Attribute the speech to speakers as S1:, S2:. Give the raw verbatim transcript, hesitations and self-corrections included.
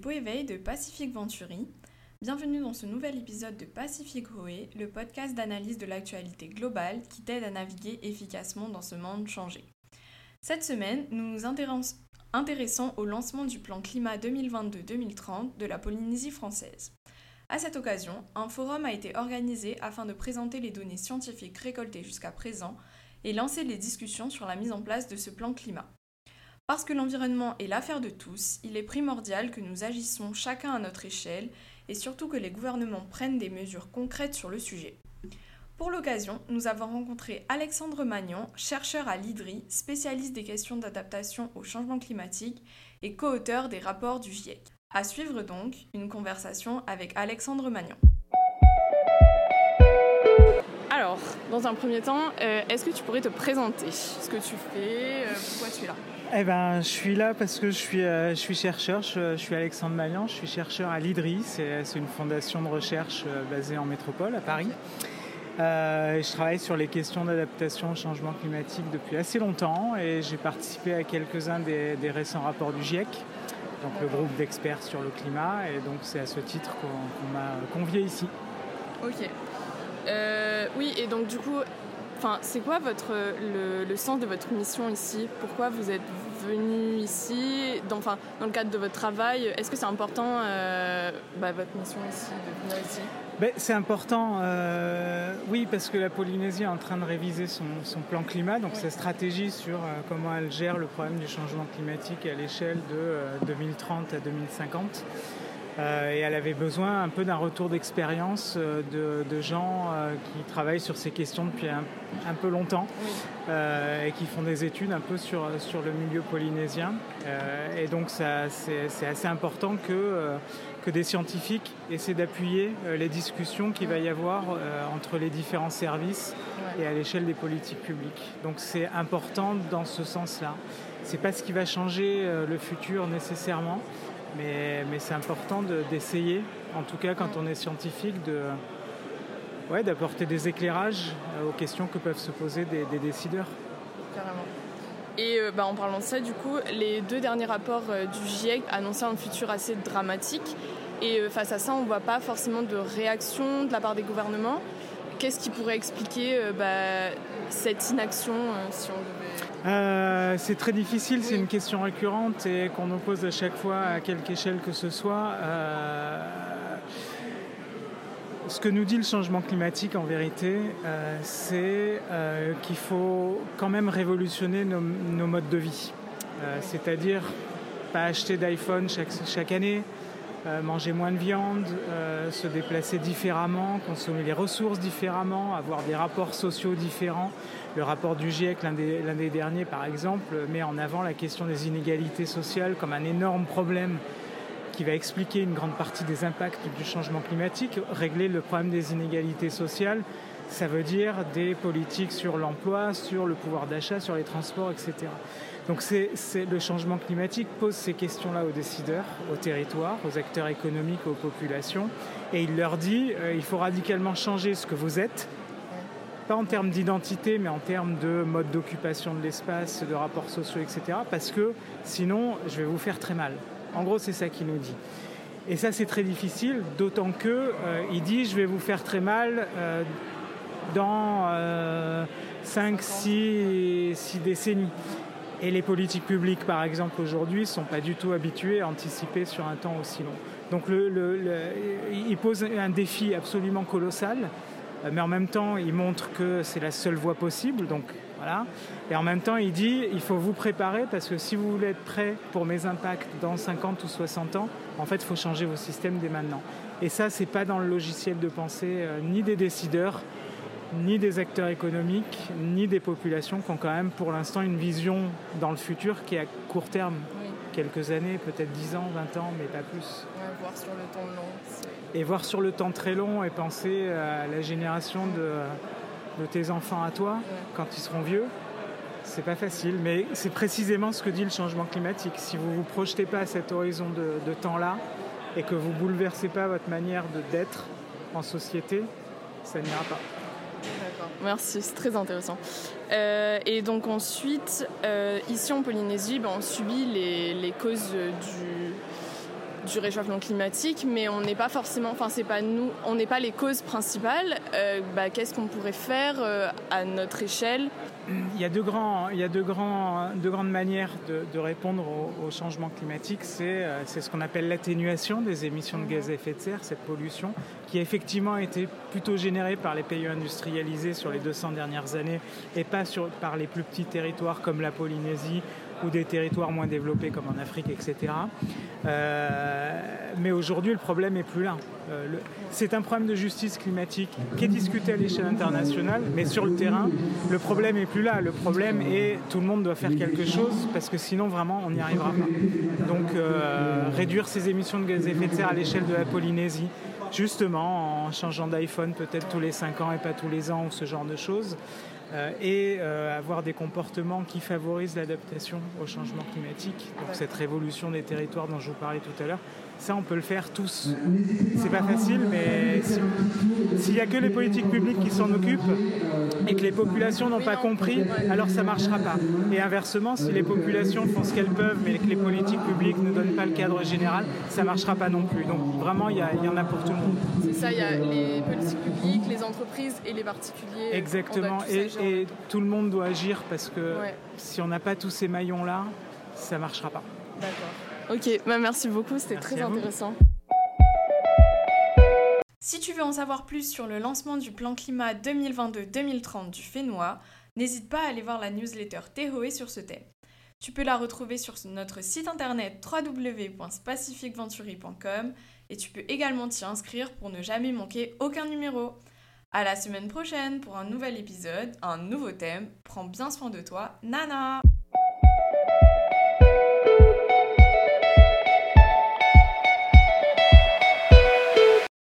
S1: Poéveille de Pacifique Venturi. Bienvenue dans ce nouvel épisode de Pacifique Hoé, le podcast d'analyse de l'actualité globale qui t'aide à naviguer efficacement dans ce monde changé. Cette semaine, nous nous intéressons au lancement du plan climat deux mille vingt-deux deux mille trente de la Polynésie française. À cette occasion, un forum a été organisé afin de présenter les données scientifiques récoltées jusqu'à présent et lancer les discussions sur la mise en place de ce plan climat. Parce que l'environnement est l'affaire de tous, il est primordial que nous agissions chacun à notre échelle et surtout que les gouvernements prennent des mesures concrètes sur le sujet. Pour l'occasion, nous avons rencontré Alexandre Magnan, chercheur à l'I D R I, spécialiste des questions d'adaptation au changement climatique et co-auteur des rapports du GIEC. À suivre donc une conversation avec Alexandre Magnan. Alors, dans un premier temps, euh, est-ce que tu pourrais te présenter ce que tu fais, euh, pourquoi tu es là ?
S2: Eh ben, je suis là parce que je suis, euh, je suis chercheur, je, je suis Alexandre Magnan, je suis chercheur à l'I D R I, c'est, c'est une fondation de recherche euh, basée en métropole, à Paris. Euh, et je travaille sur les questions d'adaptation au changement climatique depuis assez longtemps et j'ai participé à quelques-uns des, des récents rapports du GIEC, donc le groupe d'experts sur le climat, et donc c'est à ce titre qu'on, qu'on m'a convié ici.
S1: Ok. Euh, oui, et donc du coup, enfin, c'est quoi votre, le, le sens de votre mission ici ? Pourquoi vous êtes venu ici dans, enfin, dans le cadre de votre travail, est-ce que c'est important, euh, bah, votre mission ici, de venir ici ?
S2: Ben, c'est important, euh, oui, parce que la Polynésie est en train de réviser son, son plan climat, donc oui. Sa stratégie sur euh, comment elle gère le problème du changement climatique à l'échelle de euh, deux mille trente à deux mille cinquante. Euh, et elle avait besoin un peu d'un retour d'expérience euh, de, de gens euh, qui travaillent sur ces questions depuis un, un peu longtemps, oui. euh, et qui font des études un peu sur, sur le milieu polynésien. Euh, et donc ça, c'est, c'est assez important que, euh, que des scientifiques essaient d'appuyer euh, les discussions qu'il va y avoir euh, entre les différents services ouais. et à l'échelle des politiques publiques. Donc c'est important dans ce sens-là. C'est pas ce qui va changer euh, le futur nécessairement. Mais, mais c'est important de, d'essayer, en tout cas quand on est scientifique, de, ouais, d'apporter des éclairages aux questions que peuvent se poser des, des décideurs.
S1: Carrément. Et euh, bah, en parlant de ça, du coup, les deux derniers rapports euh, du GIEC annonçaient un futur assez dramatique. Et euh, face à ça, on ne voit pas forcément de réaction de la part des gouvernements. Qu'est-ce qui pourrait expliquer euh, bah, cette inaction, euh, si on devait...
S2: Euh, c'est très difficile, oui. C'est une question récurrente et qu'on nous pose à chaque fois, à quelque échelle que ce soit. Euh, ce que nous dit le changement climatique, en vérité, euh, c'est euh, qu'il faut quand même révolutionner nos, nos modes de vie. Euh, c'est-à-dire pas acheter d'iPhone chaque, chaque année, euh, manger moins de viande, euh, se déplacer différemment, consommer les ressources différemment, avoir des rapports sociaux différents. Le rapport du GIEC l'année, l'année dernière, par exemple, met en avant la question des inégalités sociales comme un énorme problème qui va expliquer une grande partie des impacts du changement climatique. Régler le problème des inégalités sociales, ça veut dire des politiques sur l'emploi, sur le pouvoir d'achat, sur les transports, et cetera. Donc c'est, c'est, le changement climatique pose ces questions-là aux décideurs, aux territoires, aux acteurs économiques, aux populations, et il leur dit euh, il faut radicalement changer ce que vous êtes, pas en termes d'identité, mais en termes de mode d'occupation de l'espace, de rapports sociaux, et cetera, parce que sinon, je vais vous faire très mal. En gros, c'est ça qu'il nous dit. Et ça, c'est très difficile, d'autant qu'il euh, dit « je vais vous faire très mal euh, dans euh, cinq six décennies ». Et les politiques publiques, par exemple, aujourd'hui, ne sont pas du tout habituées à anticiper sur un temps aussi long. Donc, le, le, le, il pose un défi absolument colossal, mais en même temps, il montre que c'est la seule voie possible. Donc, voilà. Et en même temps, il dit il faut vous préparer parce que si vous voulez être prêt pour mes impacts dans cinquante ou soixante ans, en fait, il faut changer vos systèmes dès maintenant. Et ça, ce n'est pas dans le logiciel de pensée euh, ni des décideurs, ni des acteurs économiques, ni des populations qui ont quand même pour l'instant une vision dans le futur qui est à court terme. Oui. Quelques années, peut-être dix ans, vingt ans, mais pas plus.
S1: Ouais, voir sur le temps long. C'est...
S2: Et voir sur le temps très long et penser à la génération de, de tes enfants à toi, ouais. Quand ils seront vieux, c'est pas facile. Mais c'est précisément ce que dit le changement climatique. Si vous ne vous projetez pas à cet horizon de, de temps-là et que vous ne bouleversez pas votre manière de, d'être en société, ça n'ira pas.
S1: D'accord, merci, c'est très intéressant. Euh, et donc ensuite, euh, ici en Polynésie, ben, on subit les, les causes du,
S3: du réchauffement climatique, mais on n'est pas forcément, enfin c'est pas nous, on n'est pas les causes principales. Euh, bah, qu'est-ce qu'on pourrait faire euh, à notre échelle ?
S2: Il y a deux, grands, il y a deux, grands, deux grandes manières de, de répondre au, au changement climatique. C'est, c'est ce qu'on appelle l'atténuation des émissions de gaz à effet de serre, cette pollution, qui a effectivement été plutôt générée par les pays industrialisés sur les deux cents dernières années et pas sur, par les plus petits territoires comme la Polynésie ou des territoires moins développés comme en Afrique, et cetera. Euh, mais aujourd'hui, le problème n'est plus là. Euh, le, c'est un problème de justice climatique qui est discuté à l'échelle internationale, mais sur le terrain, le problème n'est plus là. Le problème est tout le monde doit faire quelque chose parce que sinon, vraiment, on n'y arrivera pas. Donc, euh, réduire ces émissions de gaz à effet de serre à l'échelle de la Polynésie, justement en changeant d'iPhone peut-être tous les cinq ans et pas tous les ans ou ce genre de choses. Euh, et euh, avoir des comportements qui favorisent l'adaptation au changement climatique. Donc cette révolution des territoires dont je vous parlais tout à l'heure, ça on peut le faire tous. C'est pas facile, mais si, s'il n'y a que les politiques publiques qui s'en occupent et que les populations n'ont pas compris, alors ça marchera pas. Et inversement, si les populations font ce qu'elles peuvent mais que les politiques publiques ne donnent pas le cadre général, ça marchera pas non plus. Donc vraiment, il y, a, il y en a pour tout le monde.
S3: C'est ça, il y a les politiques publiques, les entreprises et les particuliers.
S2: Exactement. Et, et tout le monde doit agir parce que ouais. si on n'a pas tous ces maillons-là, ça ne marchera pas.
S3: D'accord. Ok, bah merci beaucoup, c'était merci très intéressant.
S1: Si tu veux en savoir plus sur le lancement du plan climat deux mille vingt-deux deux mille trente du Fénois, n'hésite pas à aller voir la newsletter Tehoe sur ce thème. Tu peux la retrouver sur notre site internet w w w point pacific venturi point com et tu peux également t'y inscrire pour ne jamais manquer aucun numéro. À la semaine prochaine pour un nouvel épisode, un nouveau thème. Prends bien soin de toi, Nana!